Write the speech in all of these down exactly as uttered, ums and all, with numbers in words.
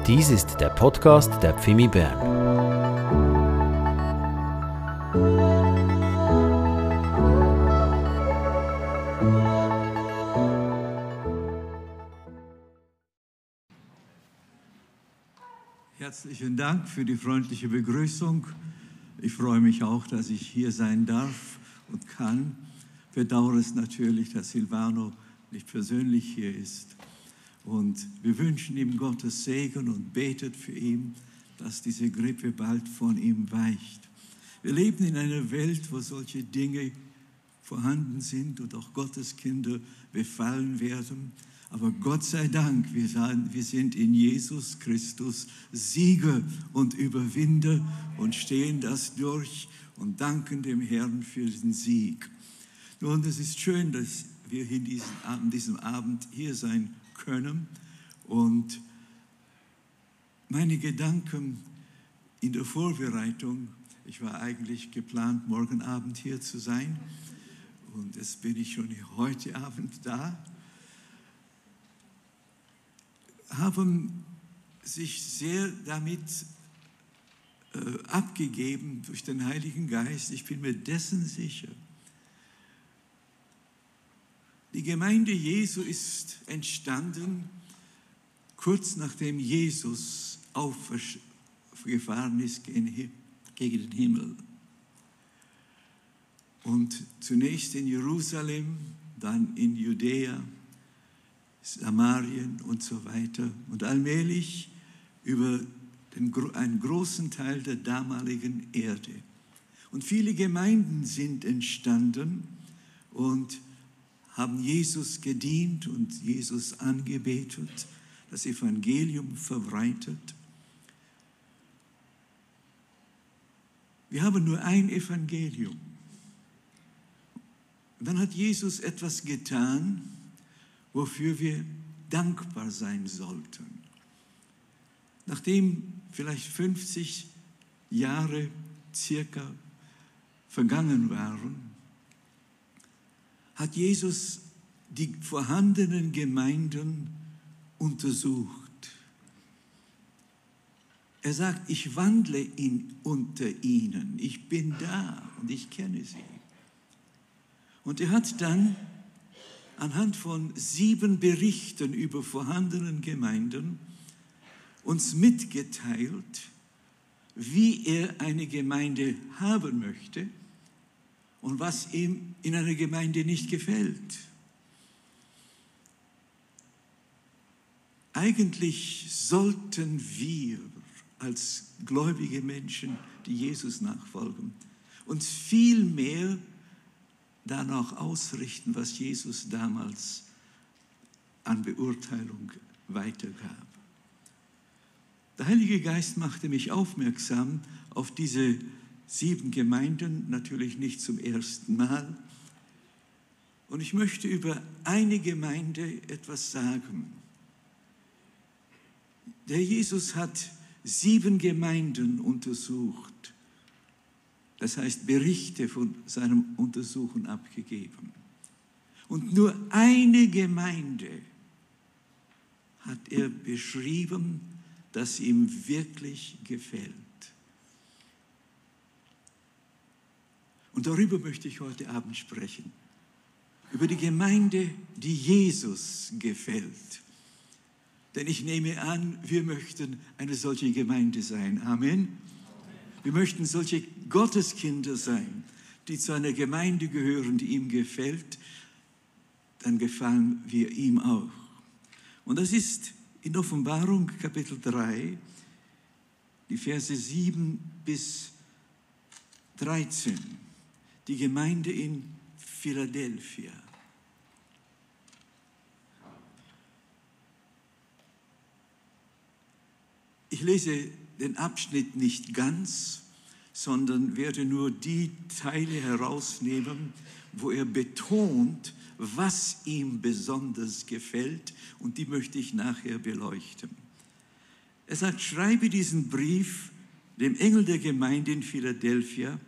Dies ist der Podcast der Pfimi Bern. Herzlichen Dank für die freundliche Begrüßung. Ich freue mich auch, dass ich hier sein darf und kann. Ich bedauere es natürlich, dass Silvano nicht persönlich hier ist. Und wir wünschen ihm Gottes Segen und betet für ihn, dass diese Grippe bald von ihm weicht. Wir leben in einer Welt, wo solche Dinge vorhanden sind und auch Gottes Kinder befallen werden. Aber Gott sei Dank, wir sagen, wir sind in Jesus Christus Sieger und Überwinder und stehen das durch und danken dem Herrn für den Sieg. Nun, es ist schön, dass wir in diesem Abend, diesem Abend hier sein können. Und meine Gedanken in der Vorbereitung, ich war eigentlich geplant, morgen Abend hier zu sein. Und jetzt bin ich schon heute Abend da. Haben sich sehr damit äh, abgegeben durch den Heiligen Geist. Ich bin mir dessen sicher. Die Gemeinde Jesu ist entstanden kurz nachdem Jesus aufgefahren ist gegen den Himmel. Und zunächst in Jerusalem, dann in Judäa, Samarien und so weiter. Und allmählich über den, einen großen Teil der damaligen Erde. Und viele Gemeinden sind entstanden und haben Jesus gedient und Jesus angebetet, das Evangelium verbreitet. Wir haben nur ein Evangelium. Und dann hat Jesus etwas getan, wofür wir dankbar sein sollten. Nachdem vielleicht fünfzig Jahre circa vergangen waren, hat Jesus die vorhandenen Gemeinden untersucht. Er sagt, ich wandle in, unter ihnen, ich bin da und ich kenne sie. Und er hat dann anhand von sieben Berichten über vorhandenen Gemeinden uns mitgeteilt, wie er eine Gemeinde haben möchte und was ihm in einer Gemeinde nicht gefällt. Eigentlich sollten wir als gläubige Menschen, die Jesus nachfolgen, uns viel mehr danach ausrichten, was Jesus damals an Beurteilung weitergab. Der Heilige Geist machte mich aufmerksam auf diese sieben Gemeinden, natürlich nicht zum ersten Mal. Und ich möchte über eine Gemeinde etwas sagen. Der Jesus hat sieben Gemeinden untersucht. Das heißt, Berichte von seinem Untersuchen abgegeben. Und nur eine Gemeinde hat er beschrieben, dass ihm wirklich gefällt. Und darüber möchte ich heute Abend sprechen. Über die Gemeinde, die Jesus gefällt. Denn ich nehme an, wir möchten eine solche Gemeinde sein. Amen. Wir möchten solche Gotteskinder sein, die zu einer Gemeinde gehören, die ihm gefällt. Dann gefallen wir ihm auch. Und das ist in Offenbarung Kapitel drei, die Verse sieben bis dreizehn. Die Gemeinde in Philadelphia. Ich lese den Abschnitt nicht ganz, sondern werde nur die Teile herausnehmen, wo er betont, was ihm besonders gefällt, und die möchte ich nachher beleuchten. Er sagt, schreibe diesen Brief dem Engel der Gemeinde in Philadelphia.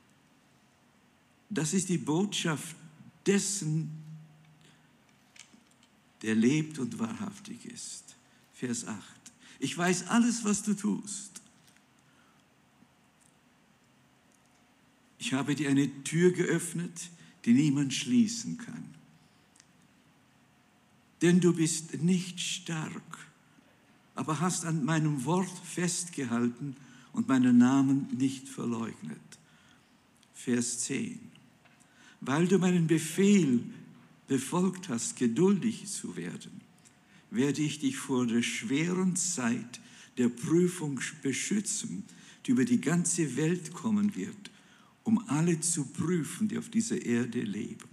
Das ist die Botschaft dessen, der lebt und wahrhaftig ist. Vers acht. Ich weiß alles, was du tust. Ich habe dir eine Tür geöffnet, die niemand schließen kann. Denn du bist nicht stark, aber hast an meinem Wort festgehalten und meinen Namen nicht verleugnet. Vers zehn. Weil du meinen Befehl befolgt hast, geduldig zu werden, werde ich dich vor der schweren Zeit der Prüfung beschützen, die über die ganze Welt kommen wird, um alle zu prüfen, die auf dieser Erde leben.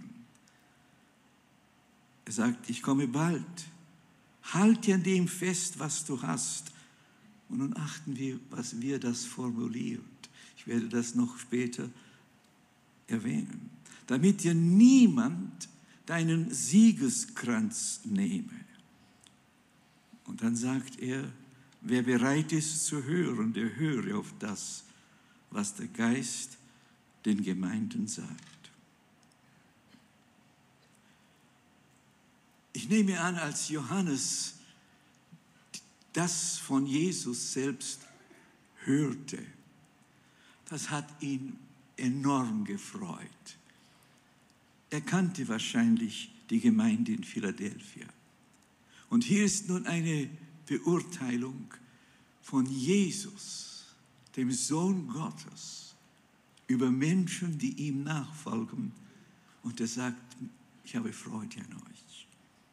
Er sagt, ich komme bald. Halt dir an dem fest, was du hast. Und nun achten wir, was wir das formuliert. Ich werde das noch später erwähnen. Damit dir niemand deinen Siegeskranz nehme. Und dann sagt er, wer bereit ist zu hören, der höre auf das, was der Geist den Gemeinden sagt. Ich nehme an, als Johannes das von Jesus selbst hörte, das hat ihn enorm gefreut. Er kannte wahrscheinlich die Gemeinde in Philadelphia. Und hier ist nun eine Beurteilung von Jesus, dem Sohn Gottes, über Menschen, die ihm nachfolgen. Und er sagt, ich habe Freude an euch.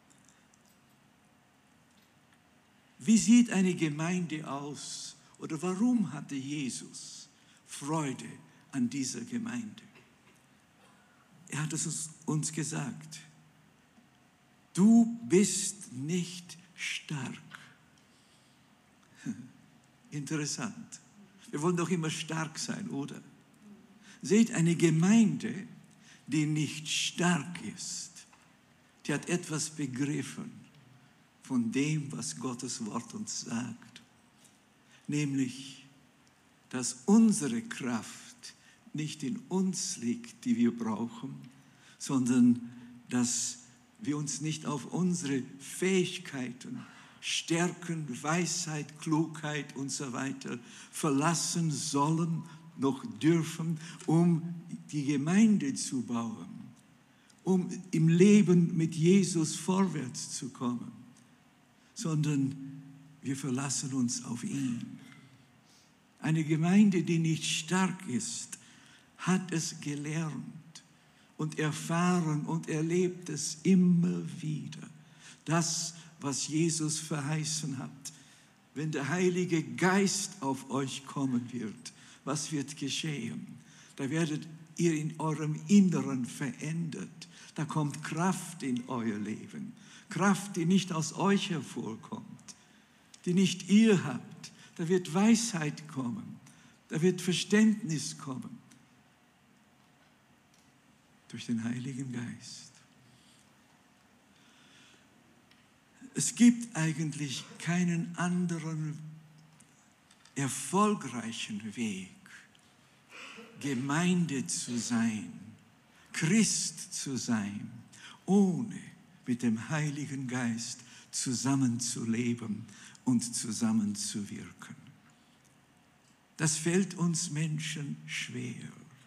Wie sieht eine Gemeinde aus? Oder warum hatte Jesus Freude an dieser Gemeinde? Er hat es uns gesagt. Du bist nicht stark. Interessant. Wir wollen doch immer stark sein, oder? Seht, eine Gemeinde, die nicht stark ist, die hat etwas begriffen von dem, was Gottes Wort uns sagt. Nämlich, dass unsere Kraft nicht in uns liegt, die wir brauchen, sondern dass wir uns nicht auf unsere Fähigkeiten, Stärken, Weisheit, Klugheit und so weiter verlassen sollen, noch dürfen, um die Gemeinde zu bauen, um im Leben mit Jesus vorwärts zu kommen, sondern wir verlassen uns auf ihn. Eine Gemeinde, die nicht stark ist, hat es gelernt und erfahren und erlebt es immer wieder. Das, was Jesus verheißen hat, wenn der Heilige Geist auf euch kommen wird, was wird geschehen? Da werdet ihr in eurem Inneren verändert. Da kommt Kraft in euer Leben. Kraft, die nicht aus euch hervorkommt, die nicht ihr habt. Da wird Weisheit kommen. Da wird Verständnis kommen. Durch den Heiligen Geist. Es gibt eigentlich keinen anderen erfolgreichen Weg, Gemeinde zu sein, Christ zu sein, ohne mit dem Heiligen Geist zusammenzuleben und zusammenzuwirken. Das fällt uns Menschen schwer.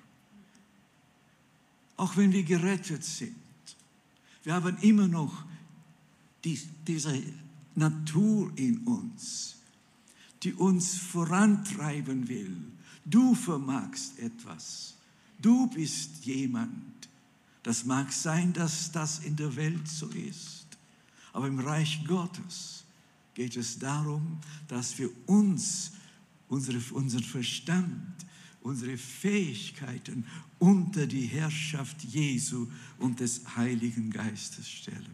Auch wenn wir gerettet sind. Wir haben immer noch die, diese Natur in uns, die uns vorantreiben will. Du vermagst etwas. Du bist jemand. Das mag sein, dass das in der Welt so ist. Aber im Reich Gottes geht es darum, dass wir uns, unsere, unseren Verstand, unsere Fähigkeiten unter die Herrschaft Jesu und des Heiligen Geistes stellen.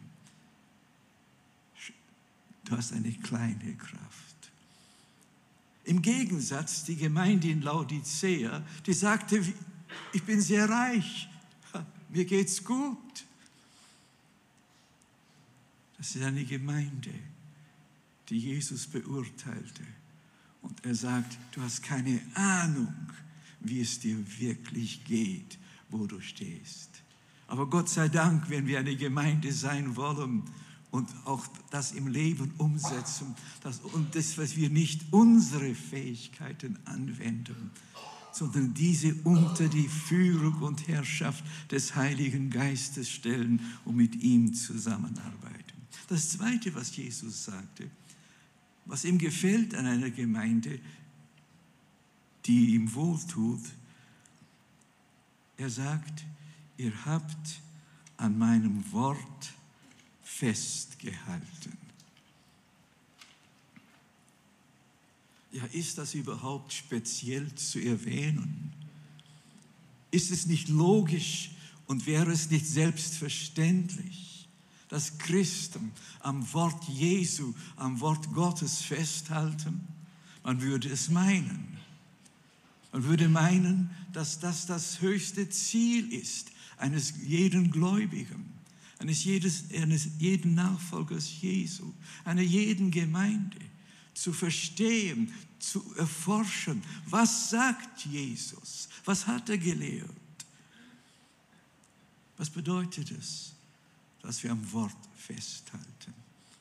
Du hast eine kleine Kraft. Im Gegensatz, die Gemeinde in Laodicea, die sagte, ich bin sehr reich, mir geht's gut. Das ist eine Gemeinde, die Jesus beurteilte. Und er sagt, du hast keine Ahnung, wie es dir wirklich geht, wo du stehst. Aber Gott sei Dank, wenn wir eine Gemeinde sein wollen, und auch das im Leben umsetzen, dass, und das, was wir nicht unsere Fähigkeiten anwenden, sondern diese unter die Führung und Herrschaft des Heiligen Geistes stellen und mit ihm zusammenarbeiten. Das Zweite, was Jesus sagte, was ihm gefällt an einer Gemeinde, die ihm wohltut, er sagt, ihr habt an meinem Wort festgehalten. Ja, ist das überhaupt speziell zu erwähnen? Ist es nicht logisch und wäre es nicht selbstverständlich, dass Christen am Wort Jesu, am Wort Gottes festhalten? Man würde es meinen. Man würde meinen, dass das das höchste Ziel ist eines jeden Gläubigen, eines, jedes, eines jeden Nachfolgers Jesu, einer jeden Gemeinde, zu verstehen, zu erforschen, was sagt Jesus, was hat er gelehrt. Was bedeutet es, dass wir am Wort festhalten?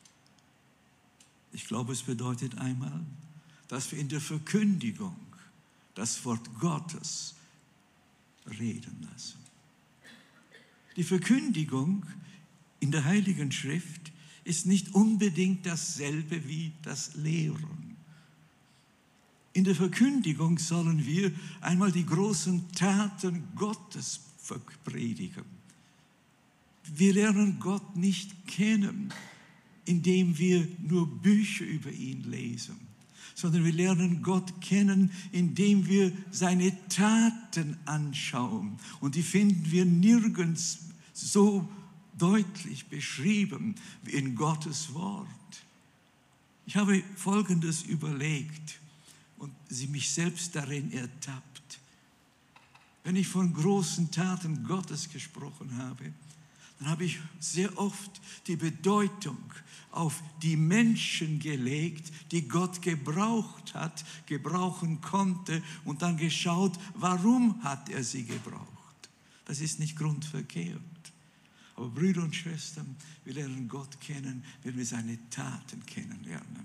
Ich glaube, es bedeutet einmal, dass wir in der Verkündigung das Wort Gottes reden lassen. Die Verkündigung in der Heiligen Schrift ist nicht unbedingt dasselbe wie das Lehren. In der Verkündigung sollen wir einmal die großen Taten Gottes predigen. Wir lernen Gott nicht kennen, indem wir nur Bücher über ihn lesen, sondern wir lernen Gott kennen, indem wir seine Taten anschauen. Und die finden wir nirgends so deutlich beschrieben wie in Gottes Wort. Ich habe Folgendes überlegt und sie mich selbst darin ertappt. Wenn ich von großen Taten Gottes gesprochen habe, dann habe ich sehr oft die Bedeutung auf die Menschen gelegt, die Gott gebraucht hat, gebrauchen konnte und dann geschaut, warum hat er sie gebraucht. Das ist nicht grundverkehrt. Aber Brüder und Schwestern, wir lernen Gott kennen, wenn wir seine Taten kennenlernen.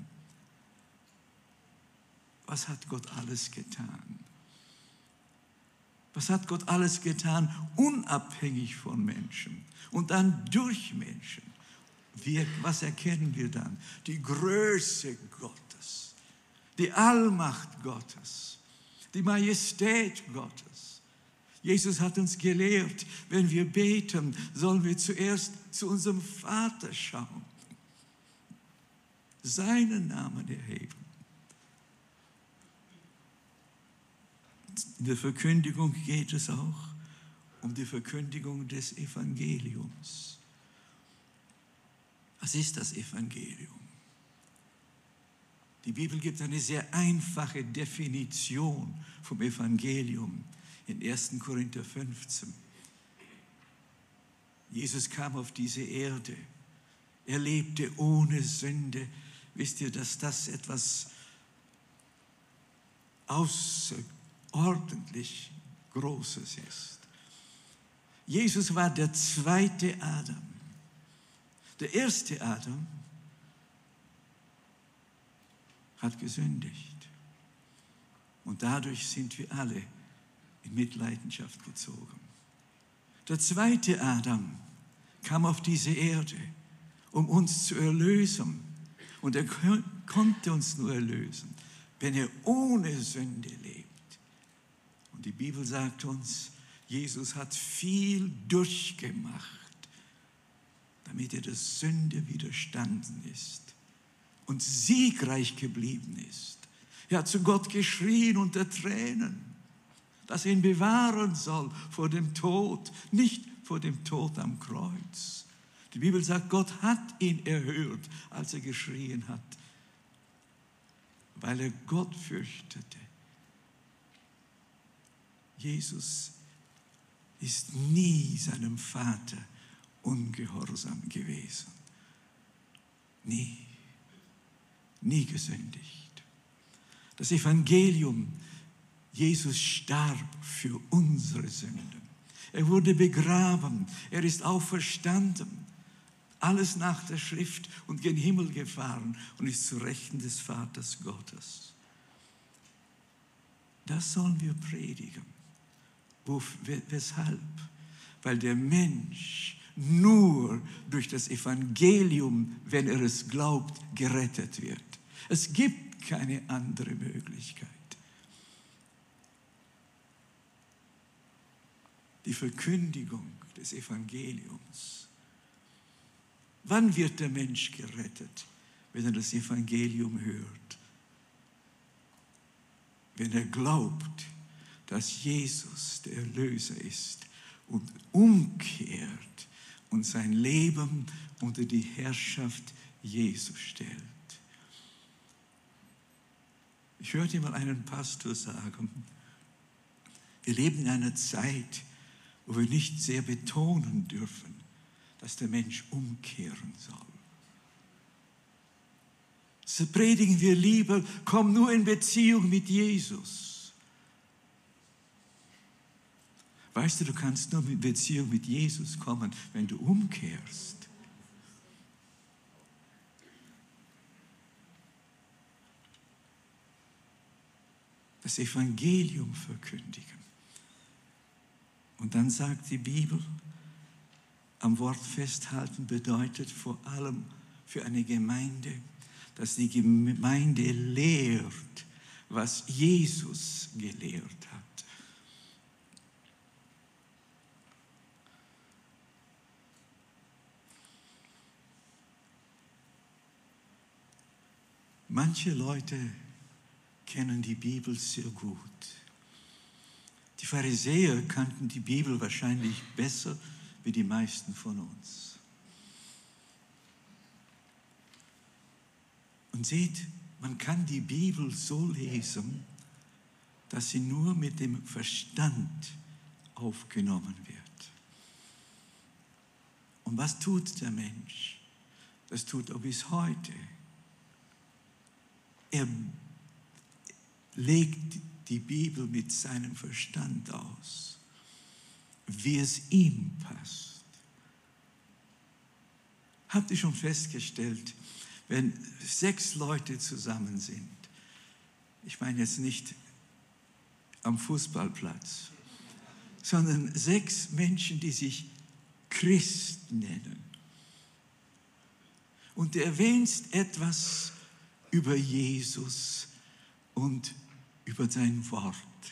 Was hat Gott alles getan? Was hat Gott alles getan, unabhängig von Menschen und dann durch Menschen? Wir, was erkennen wir dann? Die Größe Gottes, die Allmacht Gottes, die Majestät Gottes. Jesus hat uns gelehrt, wenn wir beten, sollen wir zuerst zu unserem Vater schauen, seinen Namen erheben. In der Verkündigung geht es auch um die Verkündigung des Evangeliums. Was ist das Evangelium? Die Bibel gibt eine sehr einfache Definition vom Evangelium in ersten Korinther fünfzehn. Jesus kam auf diese Erde. Er lebte ohne Sünde. Wisst ihr, dass das etwas außerordentlich Großes ist? Jesus war der zweite Adam. Der erste Adam hat gesündigt. Und dadurch sind wir alle in Mitleidenschaft gezogen. Der zweite Adam kam auf diese Erde, um uns zu erlösen. Und er konnte uns nur erlösen, wenn er ohne Sünde lebt. Und die Bibel sagt uns, Jesus hat viel durchgemacht, damit er der Sünde widerstanden ist und siegreich geblieben ist. Er hat zu Gott geschrien unter Tränen, dass er ihn bewahren soll vor dem Tod, nicht vor dem Tod am Kreuz. Die Bibel sagt, Gott hat ihn erhört, als er geschrien hat, weil er Gott fürchtete. Jesus ist nie seinem Vater ungehorsam gewesen. Nie. Nie gesündigt. Das Evangelium, Jesus starb für unsere Sünden. Er wurde begraben, er ist auferstanden. alles nach der Schrift und gen Himmel gefahren und ist zu Rechten des Vaters Gottes. Das sollen wir predigen. Wo, weshalb? Weil der Mensch nur durch das Evangelium, wenn er es glaubt, gerettet wird. Es gibt keine andere Möglichkeit. Die Verkündigung des Evangeliums. Wann wird der Mensch gerettet? Wenn er das Evangelium hört. Wenn er glaubt, dass Jesus der Erlöser ist und umkehrt und sein Leben unter die Herrschaft Jesu stellt. Ich hörte mal einen Pastor sagen, wir leben in einer Zeit, wo wir nicht sehr betonen dürfen, dass der Mensch umkehren soll. So predigen wir lieber, komm nur in Beziehung mit Jesus. Weißt du, du kannst nur in Beziehung mit Jesus kommen, wenn du umkehrst. Das Evangelium verkündigen. Und dann sagt die Bibel, am Wort festhalten bedeutet vor allem für eine Gemeinde, dass die Gemeinde lehrt, was Jesus gelehrt hat. Manche Leute kennen die Bibel sehr gut. Die Pharisäer kannten die Bibel wahrscheinlich besser wie die meisten von uns. Und seht, man kann die Bibel so lesen, dass sie nur mit dem Verstand aufgenommen wird. Und was tut der Mensch? Das tut er bis heute. Er legt die Bibel mit seinem Verstand aus, wie es ihm passt. Habt ihr schon festgestellt, wenn sechs Leute zusammen sind, ich meine jetzt nicht am Fußballplatz, sondern sechs Menschen, die sich Christ nennen, und du erwähnst etwas über Jesus und über sein Wort,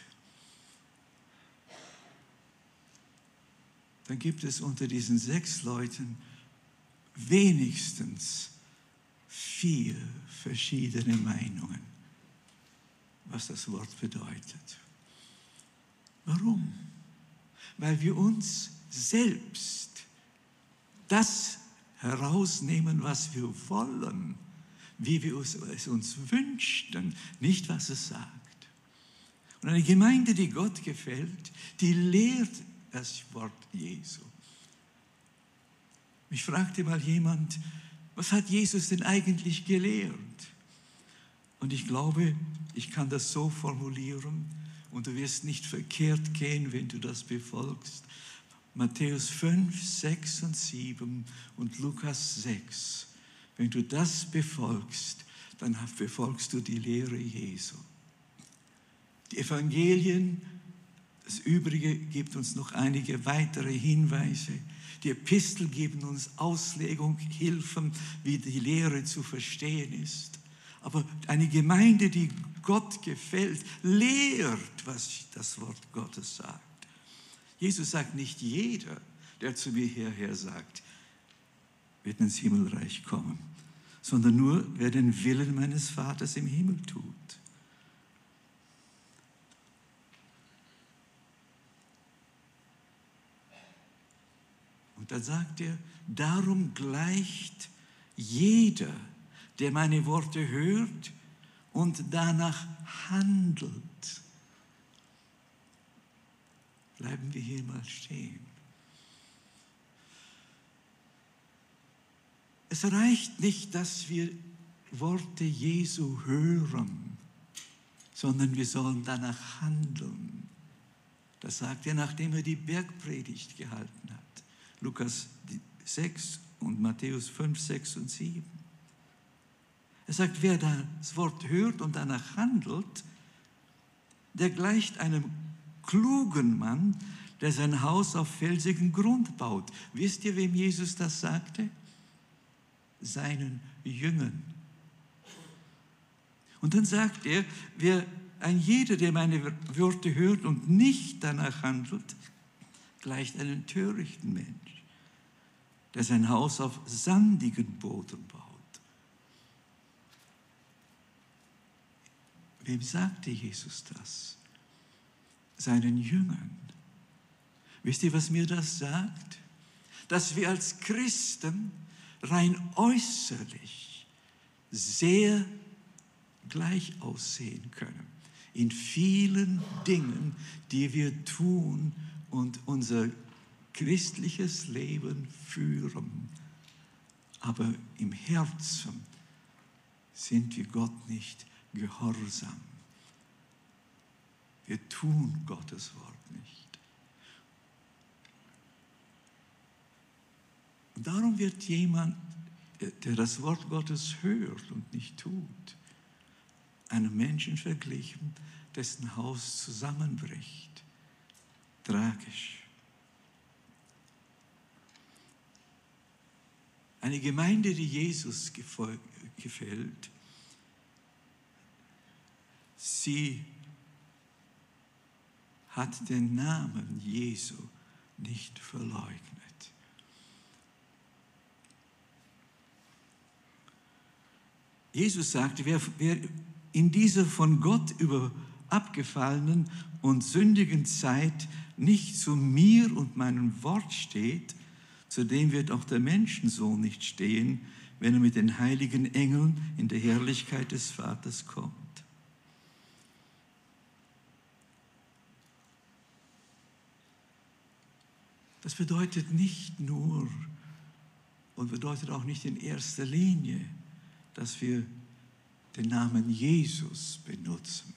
dann gibt es unter diesen sechs Leuten wenigstens vier verschiedene Meinungen, was das Wort bedeutet. Warum? Weil wir uns selbst das herausnehmen, was wir wollen, wie wir es uns wünschten, nicht was es sagt. Und eine Gemeinde, die Gott gefällt, die lehrt das Wort Jesu. Mich fragte mal jemand, was hat Jesus denn eigentlich gelehrt? Und ich glaube, ich kann das so formulieren und du wirst nicht verkehrt gehen, wenn du das befolgst. Matthäus fünf, sechs und sieben und Lukas sechs. Wenn du das befolgst, dann befolgst du die Lehre Jesu. Die Evangelien, das Übrige gibt uns noch einige weitere Hinweise. Die Epistel geben uns Auslegung, Hilfen, wie die Lehre zu verstehen ist. Aber eine Gemeinde, die Gott gefällt, lehrt, was das Wort Gottes sagt. Jesus sagt, nicht jeder, der zu mir hierher sagt, wird ins Himmelreich kommen, sondern nur, wer den Willen meines Vaters im Himmel tut. Und dann sagt er, darum gleicht jeder, der meine Worte hört und danach handelt. Bleiben wir hier mal stehen. Es reicht nicht, dass wir Worte Jesu hören, sondern wir sollen danach handeln. Das sagt er, nachdem er die Bergpredigt gehalten hat. Lukas sechs und Matthäus fünf, sechs und sieben. Er sagt, wer das Wort hört und danach handelt, der gleicht einem klugen Mann, der sein Haus auf felsigen Grund baut. Wisst ihr, wem Jesus das sagte? Seinen Jüngern. Und dann sagt er, wer ein jeder, der meine Worte hört und nicht danach handelt, gleicht einem törichten Mensch, der sein Haus auf sandigen Boden baut. Wem sagte Jesus das? Seinen Jüngern. Wisst ihr, was mir das sagt? Dass wir als Christen rein äußerlich sehr gleich aussehen können. In vielen Dingen, die wir tun und unser christliches Leben führen. Aber im Herzen sind wir Gott nicht gehorsam. Wir tun Gottes Wort nicht. Und darum wird jemand, der das Wort Gottes hört und nicht tut, einem Menschen verglichen, dessen Haus zusammenbricht. Tragisch. Eine Gemeinde, die Jesus gefällt, sie hat den Namen Jesu nicht verleugnet. Jesus sagte, wer, wer in dieser von Gott über abgefallenen und sündigen Zeit nicht zu mir und meinem Wort steht, zu dem wird auch der Menschensohn nicht stehen, wenn er mit den heiligen Engeln in der Herrlichkeit des Vaters kommt. Das bedeutet nicht nur und bedeutet auch nicht in erster Linie, dass wir den Namen Jesus benutzen,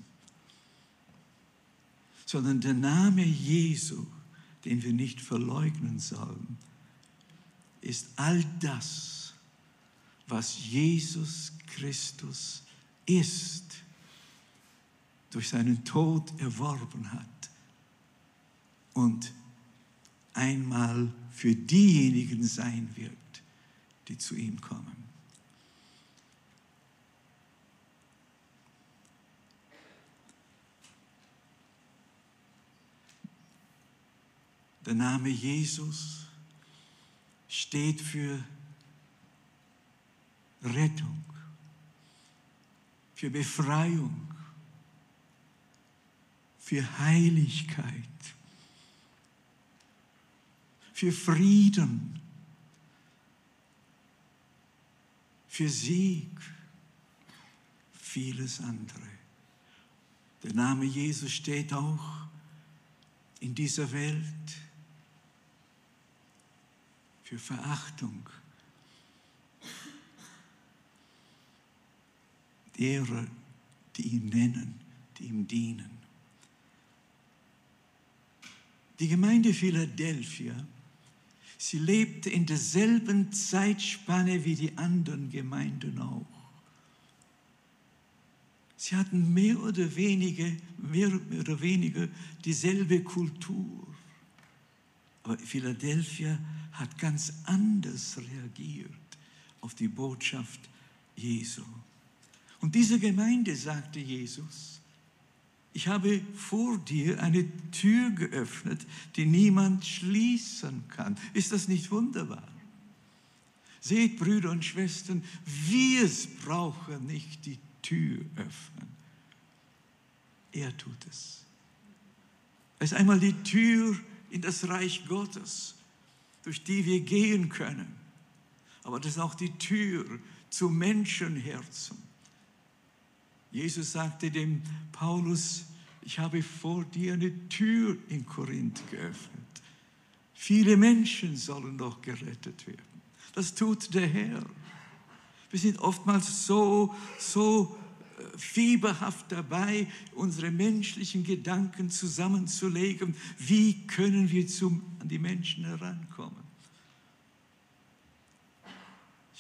sondern der Name Jesu, den wir nicht verleugnen sollen, ist all das, was Jesus Christus ist, durch seinen Tod erworben hat und einmal für diejenigen sein wird, die zu ihm kommen. Der Name Jesus steht für Rettung, für Befreiung, für Heiligkeit, für Frieden, für Sieg, vieles andere. Der Name Jesus steht auch in dieser Welt für Verachtung derer, die ihn nennen, die ihm dienen. Die Gemeinde Philadelphia, sie lebte in derselben Zeitspanne wie die anderen Gemeinden auch. Sie hatten mehr oder weniger, mehr oder weniger dieselbe Kultur. Aber Philadelphia hat ganz anders reagiert auf die Botschaft Jesu. Und diese Gemeinde sagte Jesus, ich habe vor dir eine Tür geöffnet, die niemand schließen kann. Ist das nicht wunderbar? Seht, Brüder und Schwestern, wir brauchen nicht die Tür öffnen. Er tut es. Es ist einmal die Tür in das Reich Gottes, durch die wir gehen können. Aber das ist auch die Tür zu Menschenherzen. Jesus sagte dem Paulus, ich habe vor dir eine Tür in Korinth geöffnet. Viele Menschen sollen noch gerettet werden. Das tut der Herr. Wir sind oftmals so, so fieberhaft dabei, unsere menschlichen Gedanken zusammenzulegen. Wie können wir zum, an die Menschen herankommen?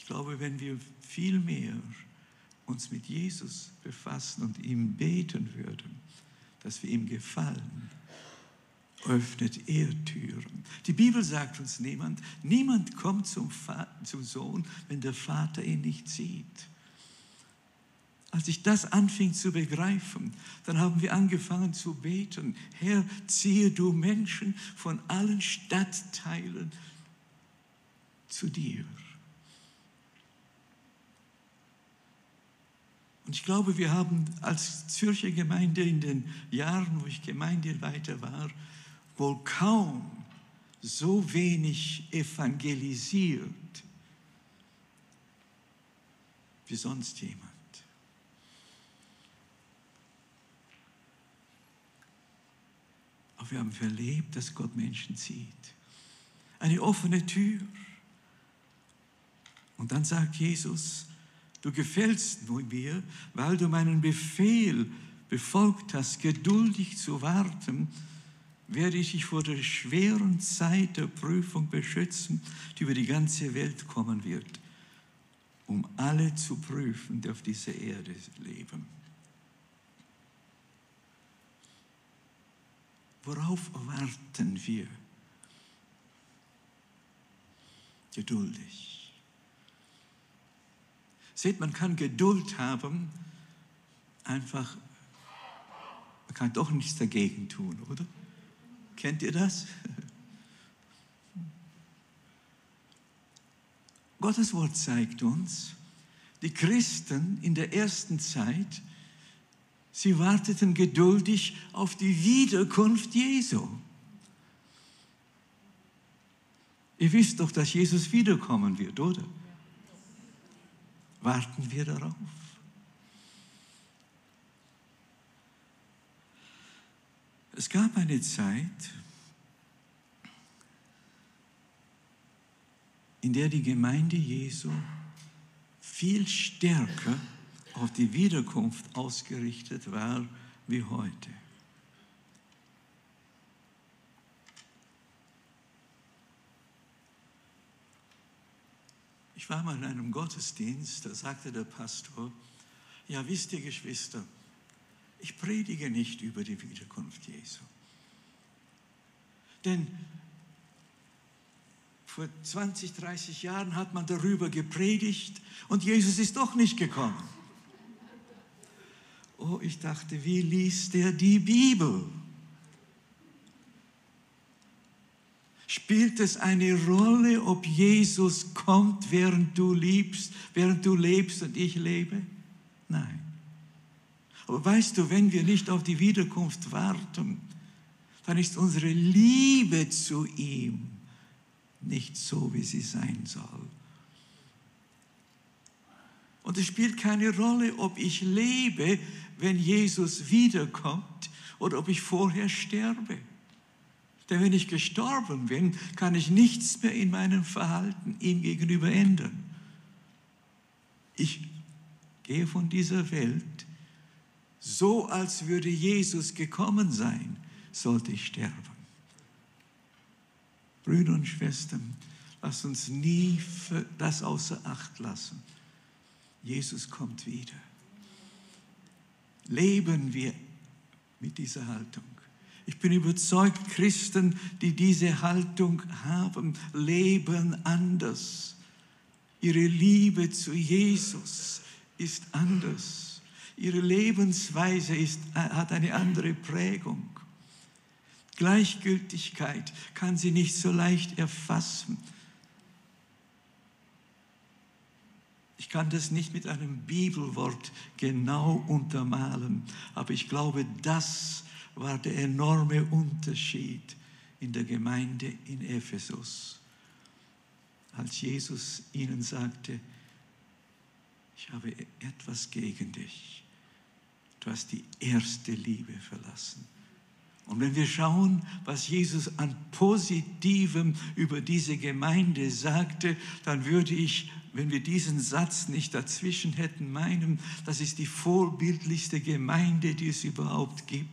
glaube, wenn wir viel mehr uns mit Jesus befassen und ihm beten würden, dass wir ihm gefallen, öffnet er Türen. Die Bibel sagt uns niemand, niemand kommt zum, zum Sohn, wenn der Vater ihn nicht sieht. Als ich das anfing zu begreifen, dann haben wir angefangen zu beten. Herr, ziehe du Menschen von allen Stadtteilen zu dir. Und ich glaube, wir haben als Zürcher Gemeinde in den Jahren, wo ich Gemeindeleiter war, wohl kaum so wenig evangelisiert wie sonst jemand. Aber wir haben erlebt, dass Gott Menschen zieht. Eine offene Tür. Und dann sagt Jesus, du gefällst mir, weil du meinen Befehl befolgt hast, geduldig zu warten, werde ich dich vor der schweren Zeit der Prüfung beschützen, die über die ganze Welt kommen wird, um alle zu prüfen, die auf dieser Erde leben. Worauf warten wir? Geduldig. Seht, man kann Geduld haben, einfach, man kann doch nichts dagegen tun, oder? Kennt ihr das? Gottes Wort zeigt uns, die Christen in der ersten Zeit, sie warteten geduldig auf die Wiederkunft Jesu. Ihr wisst doch, dass Jesus wiederkommen wird, oder? Warten wir darauf? Es gab eine Zeit, in der die Gemeinde Jesu viel stärker auf die Wiederkunft ausgerichtet war wie heute. Ich war mal in einem Gottesdienst, da sagte der Pastor, ja, wisst ihr, Geschwister, ich predige nicht über die Wiederkunft Jesu. Denn vor zwanzig, dreißig Jahren hat man darüber gepredigt und Jesus ist doch nicht gekommen. Oh, ich dachte, wie liest der die Bibel? Spielt es eine Rolle, ob Jesus kommt, während du liebst, während du lebst und ich lebe? Nein. Aber weißt du, wenn wir nicht auf die Wiederkunft warten, dann ist unsere Liebe zu ihm nicht so, wie sie sein soll. Und es spielt keine Rolle, ob ich lebe, wenn Jesus wiederkommt, oder ob ich vorher sterbe. Denn wenn ich gestorben bin, kann ich nichts mehr in meinem Verhalten ihm gegenüber ändern. Ich gehe von dieser Welt, so als würde Jesus gekommen sein, sollte ich sterben. Brüder und Schwestern, lasst uns nie das außer Acht lassen. Jesus kommt wieder. Leben wir mit dieser Haltung. Ich bin überzeugt, Christen, die diese Haltung haben, leben anders. Ihre Liebe zu Jesus ist anders. Ihre Lebensweise ist, hat eine andere Prägung. Gleichgültigkeit kann sie nicht so leicht erfassen. Ich kann das nicht mit einem Bibelwort genau untermalen, aber ich glaube, das war der enorme Unterschied in der Gemeinde in Ephesus. Als Jesus ihnen sagte, ich habe etwas gegen dich. Du hast die erste Liebe verlassen. Und wenn wir schauen, was Jesus an Positivem über diese Gemeinde sagte, dann würde ich, wenn wir diesen Satz nicht dazwischen hätten, meinen, das ist die vorbildlichste Gemeinde, die es überhaupt gibt.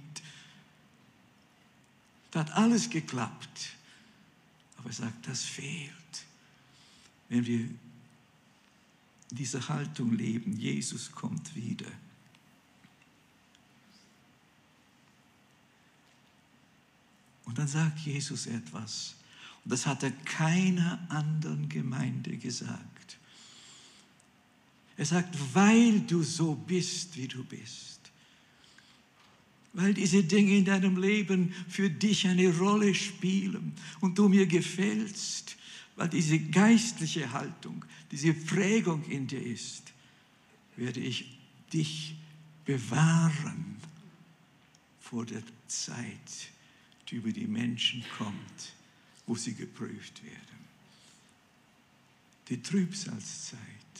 Da hat alles geklappt. Aber er sagt, das fehlt. Wenn wir in dieser Haltung leben. Jesus kommt wieder. Und dann sagt Jesus etwas. Und das hat er keiner anderen Gemeinde gesagt. Er sagt, weil du so bist, wie du bist, weil diese Dinge in deinem Leben für dich eine Rolle spielen und du mir gefällst, weil diese geistliche Haltung, diese Prägung in dir ist, werde ich dich bewahren vor der Zeit, die über die Menschen kommt, wo sie geprüft werden. Die Trübsalzeit.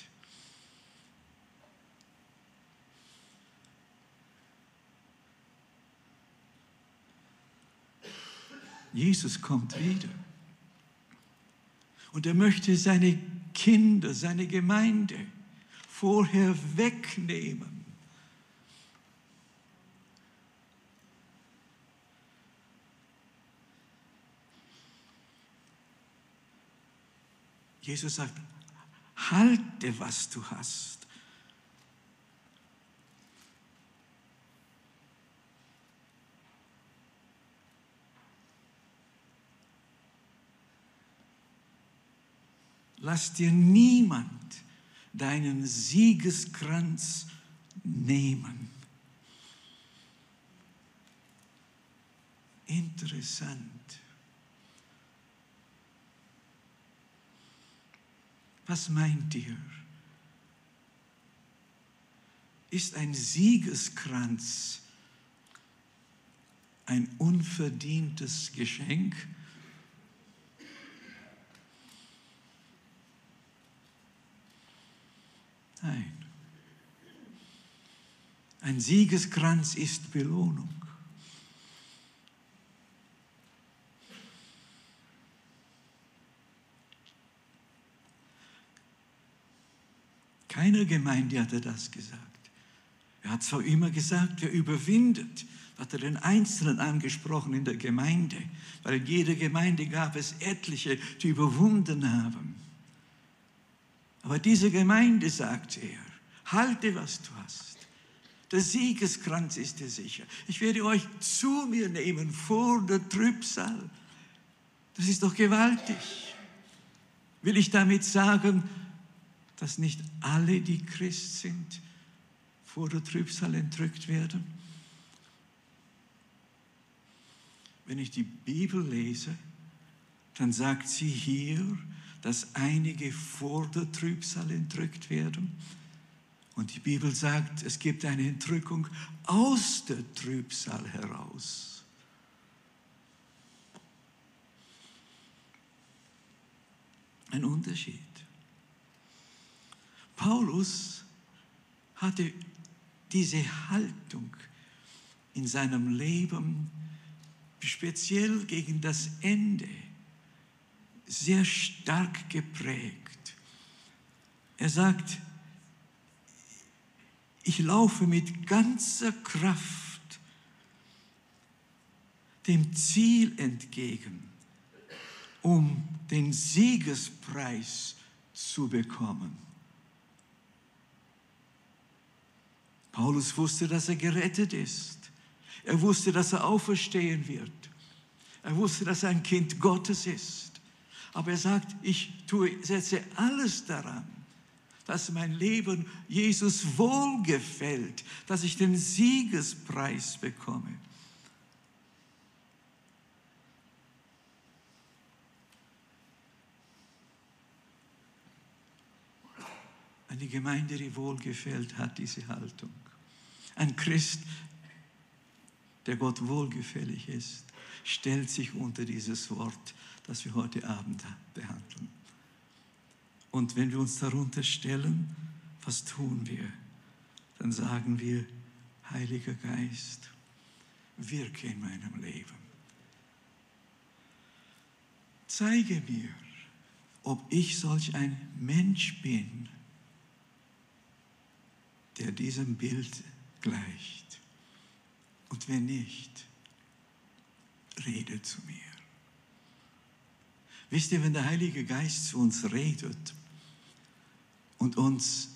Jesus kommt wieder. Und er möchte seine Kinder, seine Gemeinde vorher wegnehmen. Jesus sagt, halte, was du hast. Lass dir niemand deinen Siegeskranz nehmen. Interessant. Was meint ihr? Ist ein Siegeskranz ein unverdientes Geschenk? Nein. Ein Siegeskranz ist Belohnung. Keiner Gemeinde hat er das gesagt. Er hat zwar immer gesagt, wer überwindet, hat er den Einzelnen angesprochen in der Gemeinde, weil in jeder Gemeinde gab es etliche, die überwunden haben. Aber diese Gemeinde, sagt er, halte, was du hast. Der Siegeskranz ist dir sicher. Ich werde euch zu mir nehmen vor der Trübsal. Das ist doch gewaltig. Will ich damit sagen, dass nicht alle, die Christ sind, vor der Trübsal entrückt werden? Wenn ich die Bibel lese, dann sagt sie hier, dass einige vor der Trübsal entrückt werden. Und die Bibel sagt, es gibt eine Entrückung aus der Trübsal heraus. Ein Unterschied. Paulus hatte diese Haltung in seinem Leben, speziell gegen das Ende, sehr stark geprägt. Er sagt, ich laufe mit ganzer Kraft dem Ziel entgegen, um den Siegespreis zu bekommen. Paulus wusste, dass er gerettet ist. Er wusste, dass er auferstehen wird. Er wusste, dass er ein Kind Gottes ist. Aber er sagt, ich tue, setze alles daran, dass mein Leben Jesus wohlgefällt, dass ich den Siegespreis bekomme. Eine Gemeinde, die wohlgefällt, hat diese Haltung. Ein Christ, der Gott wohlgefällig ist, stellt sich unter dieses Wort, das wir heute Abend behandeln. Und wenn wir uns darunter stellen, was tun wir? Dann sagen wir, Heiliger Geist, wirke in meinem Leben. Zeige mir, ob ich solch ein Mensch bin, der diesem Bild gleicht. Und wenn nicht, rede zu mir. Wisst ihr, wenn der Heilige Geist zu uns redet und uns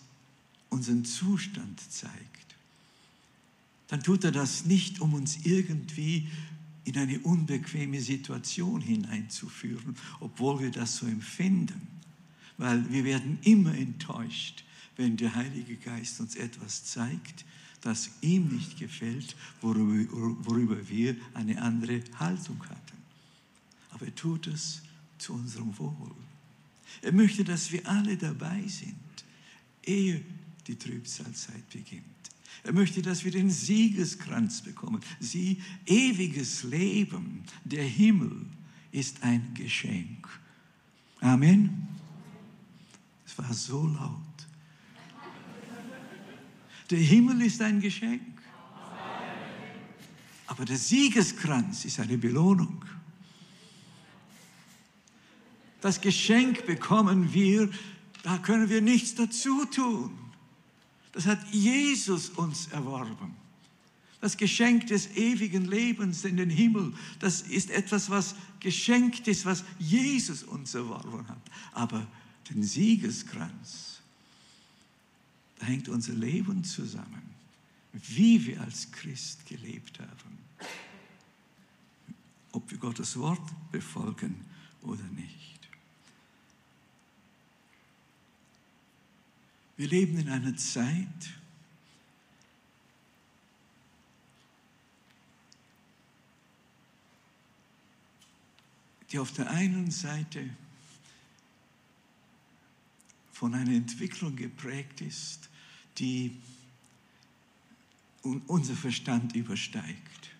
unseren Zustand zeigt, dann tut er das nicht, um uns irgendwie in eine unbequeme Situation hineinzuführen, obwohl wir das so empfinden. Weil wir werden immer enttäuscht, wenn der Heilige Geist uns etwas zeigt, das ihm nicht gefällt, worüber, worüber wir eine andere Haltung hatten. Aber er tut es zu unserem Wohl. Er möchte, dass wir alle dabei sind, ehe die Trübsalzeit beginnt. Er möchte, dass wir den Siegeskranz bekommen. Sie, ewiges Leben, der Himmel ist ein Geschenk. Amen. Es war so laut. Der Himmel ist ein Geschenk. Aber der Siegeskranz ist eine Belohnung. Das Geschenk bekommen wir, da können wir nichts dazu tun. Das hat Jesus uns erworben. Das Geschenk des ewigen Lebens in den Himmel, das ist etwas, was geschenkt ist, was Jesus uns erworben hat. Aber den Siegeskranz, da hängt unser Leben zusammen, wie wir als Christ gelebt haben. Ob wir Gottes Wort befolgen oder nicht. Wir leben in einer Zeit, die auf der einen Seite von einer Entwicklung geprägt ist, die unser Verstand übersteigt.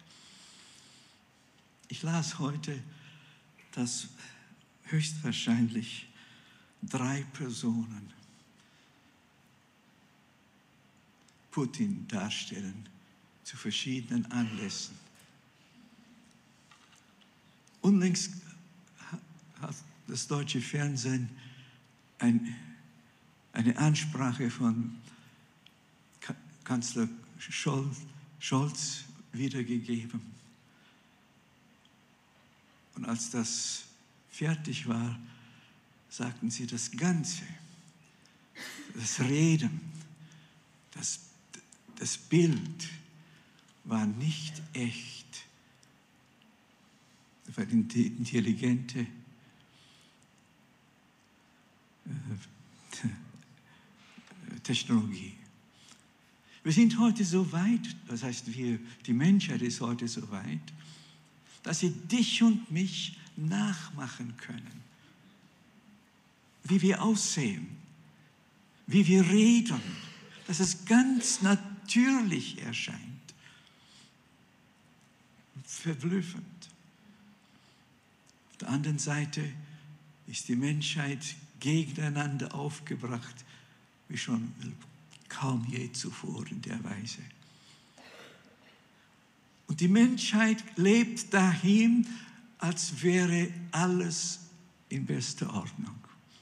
Ich las heute, dass höchstwahrscheinlich drei Personen Putin darstellen zu verschiedenen Anlässen. Unlängst hat das deutsche Fernsehen ein, eine Ansprache von Ka- Kanzler Scholz, Scholz wiedergegeben. Und als das fertig war, sagten sie, das Ganze, das Reden, das Das Bild war nicht echt. Das war eine intelligente Technologie. Wir sind heute so weit, das heißt, wir, die Menschheit ist heute so weit, dass sie dich und mich nachmachen können. Wie wir aussehen, wie wir reden, dass es ganz natürlich erscheint. Verblüffend. Auf der anderen Seite ist die Menschheit gegeneinander aufgebracht, wie schon kaum je zuvor in der Weise. Und die Menschheit lebt dahin, als wäre alles in bester Ordnung.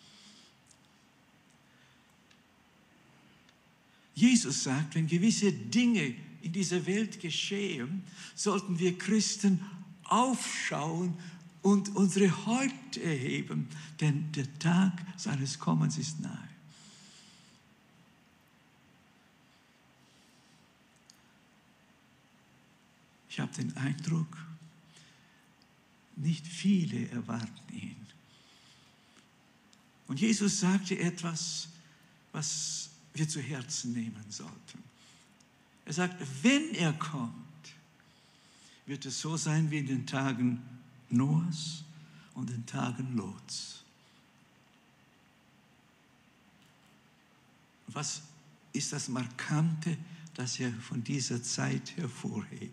Jesus sagt, wenn gewisse Dinge in dieser Welt geschehen, sollten wir Christen aufschauen und unsere Häupter erheben, denn der Tag seines Kommens ist nahe. Ich habe den Eindruck, nicht viele erwarten ihn. Und Jesus sagte etwas, was wir zu Herzen nehmen sollten. Er sagt, wenn er kommt, wird es so sein wie in den Tagen Noahs und den Tagen Lots. Was ist das Markante, das er von dieser Zeit hervorhebt?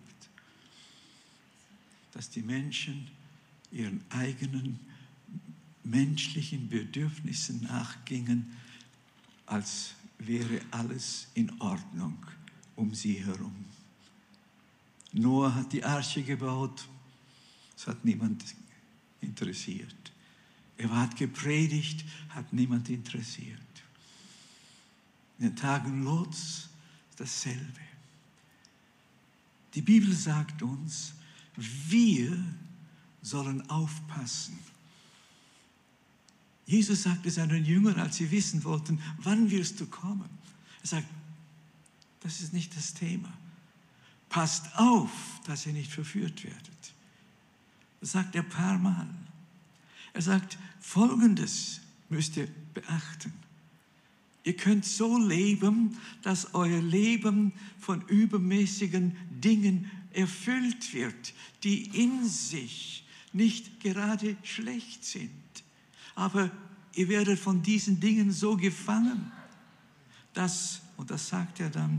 Dass die Menschen ihren eigenen menschlichen Bedürfnissen nachgingen, als wäre alles in Ordnung um sie herum. Noah hat die Arche gebaut, es hat niemand interessiert. Er hat gepredigt, hat niemand interessiert. In den Tagen Lots dasselbe. Die Bibel sagt uns, wir sollen aufpassen. Jesus sagte seinen Jüngern, als sie wissen wollten, wann wirst du kommen? Er sagt, das ist nicht das Thema. Passt auf, dass ihr nicht verführt werdet. Das sagt er ein paar Mal. Er sagt, Folgendes müsst ihr beachten. Ihr könnt so leben, dass euer Leben von übermäßigen Dingen erfüllt wird, die in sich nicht gerade schlecht sind. Aber ihr werdet von diesen Dingen so gefangen, dass, und das sagt er dann,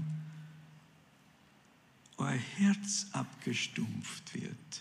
euer Herz abgestumpft wird.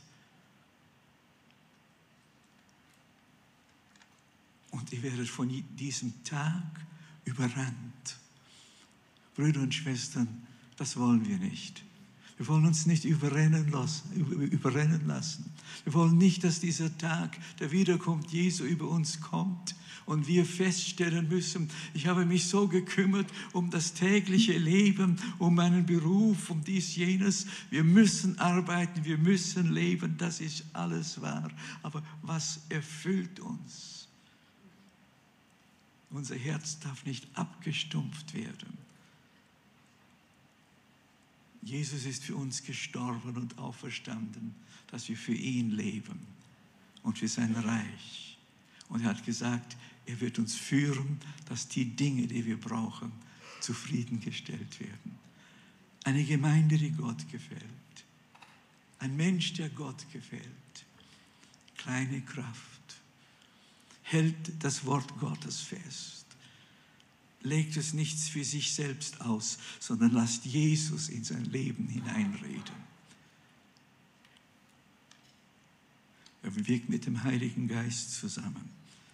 Und ihr werdet von diesem Tag überrannt. Brüder und Schwestern, das wollen wir nicht. Wir wollen uns nicht überrennen lassen, überrennen lassen. Wir wollen nicht, dass dieser Tag der Wiederkunft Jesu über uns kommt und wir feststellen müssen, ich habe mich so gekümmert um das tägliche Leben, um meinen Beruf, um dies, jenes. Wir müssen arbeiten, wir müssen leben, das ist alles wahr. Aber was erfüllt uns? Unser Herz darf nicht abgestumpft werden. Jesus ist für uns gestorben und auferstanden, dass wir für ihn leben und für sein Reich. Und er hat gesagt, er wird uns führen, dass die Dinge, die wir brauchen, zufriedengestellt werden. Eine Gemeinde, die Gott gefällt. Ein Mensch, der Gott gefällt. Kleine Kraft. Hält das Wort Gottes fest. Legt es nicht für sich selbst aus, sondern lasst Jesus in sein Leben hineinreden. Er wirkt mit dem Heiligen Geist zusammen.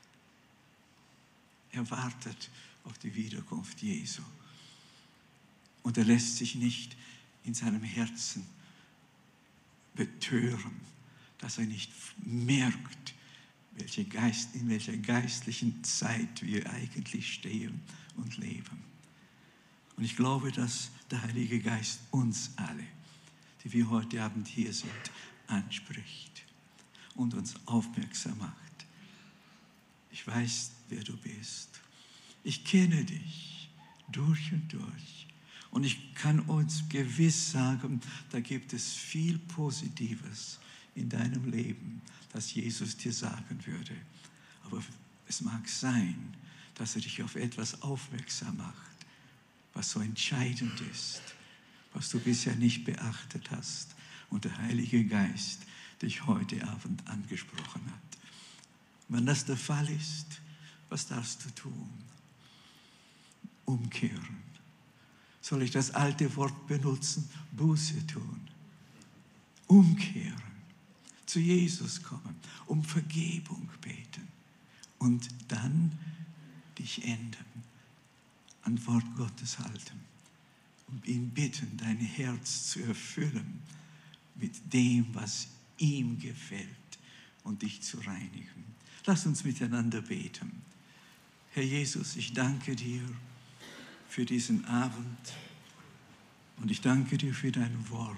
Er wartet auf die Wiederkunft Jesu. Und er lässt sich nicht in seinem Herzen betören, dass er nicht merkt, welche Geist, in welcher geistlichen Zeit wir eigentlich stehen und leben. Und ich glaube, dass der Heilige Geist uns alle, die wir heute Abend hier sind, anspricht und uns aufmerksam macht. Ich weiß, wer du bist. Ich kenne dich durch und durch. Und ich kann uns gewiss sagen, da gibt es viel Positives in deinem Leben, das Jesus dir sagen würde. Aber es mag sein, dass er dich auf etwas aufmerksam macht, was so entscheidend ist, was du bisher nicht beachtet hast und der Heilige Geist dich heute Abend angesprochen hat. Wenn das der Fall ist, was darfst du tun? Umkehren. Soll ich das alte Wort benutzen? Buße tun. Umkehren. Zu Jesus kommen, um Vergebung beten und dann dich ändern, an Wort Gottes halten und ihn bitten, dein Herz zu erfüllen mit dem, was ihm gefällt und dich zu reinigen. Lass uns miteinander beten. Herr Jesus, ich danke dir für diesen Abend und ich danke dir für dein Wort.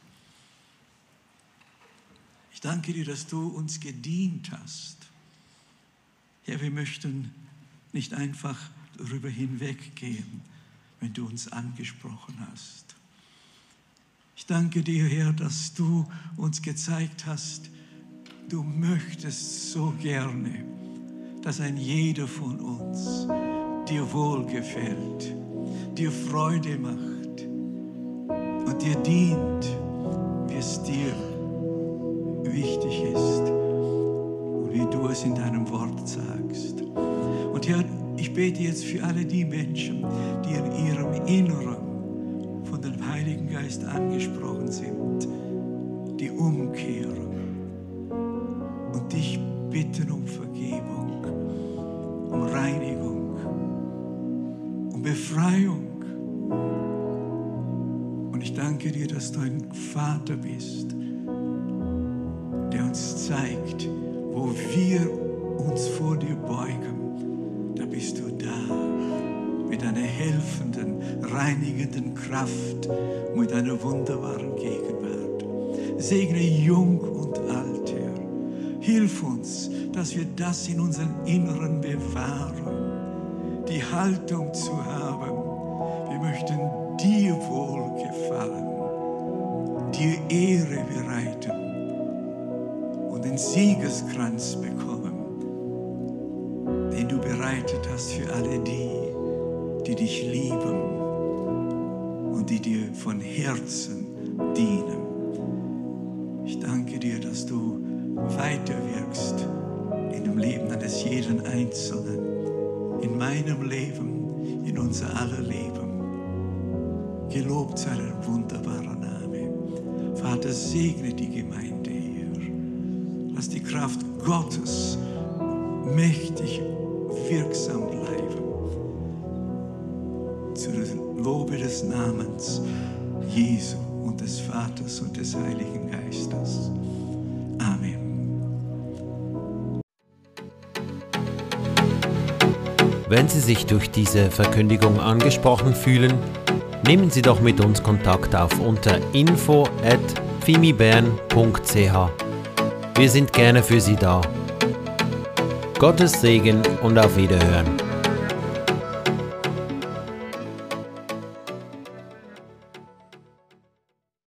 Ich danke dir, dass du uns gedient hast. Herr, wir möchten nicht einfach darüber hinweggehen, wenn du uns angesprochen hast. Ich danke dir, Herr, dass du uns gezeigt hast, du möchtest so gerne, dass ein jeder von uns dir wohlgefällt, dir Freude macht und dir dient, wie es dir wichtig ist und wie du es in deinem Wort sagst. Und Herr, ich bete jetzt für alle die Menschen, die in ihrem Inneren von dem Heiligen Geist angesprochen sind, die umkehren und dich bitten um Vergebung, um Reinigung, um Befreiung. Und ich danke dir, dass du ein Vater bist, der uns zeigt, wo wir uns vor dir beugen, da bist du da, mit deiner helfenden, reinigenden Kraft, mit deiner wunderbaren Gegenwart. Segne jung und alt, Herr. Hilf uns, dass wir das in unserem Inneren bewahren, die Haltung zu haben. Wir Siegeskranz bekommen, den du bereitet hast für alle die, die dich lieben und die dir von Herzen dienen. Ich danke dir, dass du weiterwirkst in dem Leben eines jeden Einzelnen, in meinem Leben, in unser aller Leben. Gelobt sei dein wunderbarer Name. Vater, segne die Gemeinde hier. Lass die Kraft Gottes mächtig wirksam bleiben. Zu Lobe des Namens Jesu und des Vaters und des Heiligen Geistes. Amen. Wenn Sie sich durch diese Verkündigung angesprochen fühlen, nehmen Sie doch mit uns Kontakt auf unter info at fimibern punkt c h. Wir sind gerne für Sie da. Gottes Segen und auf Wiederhören.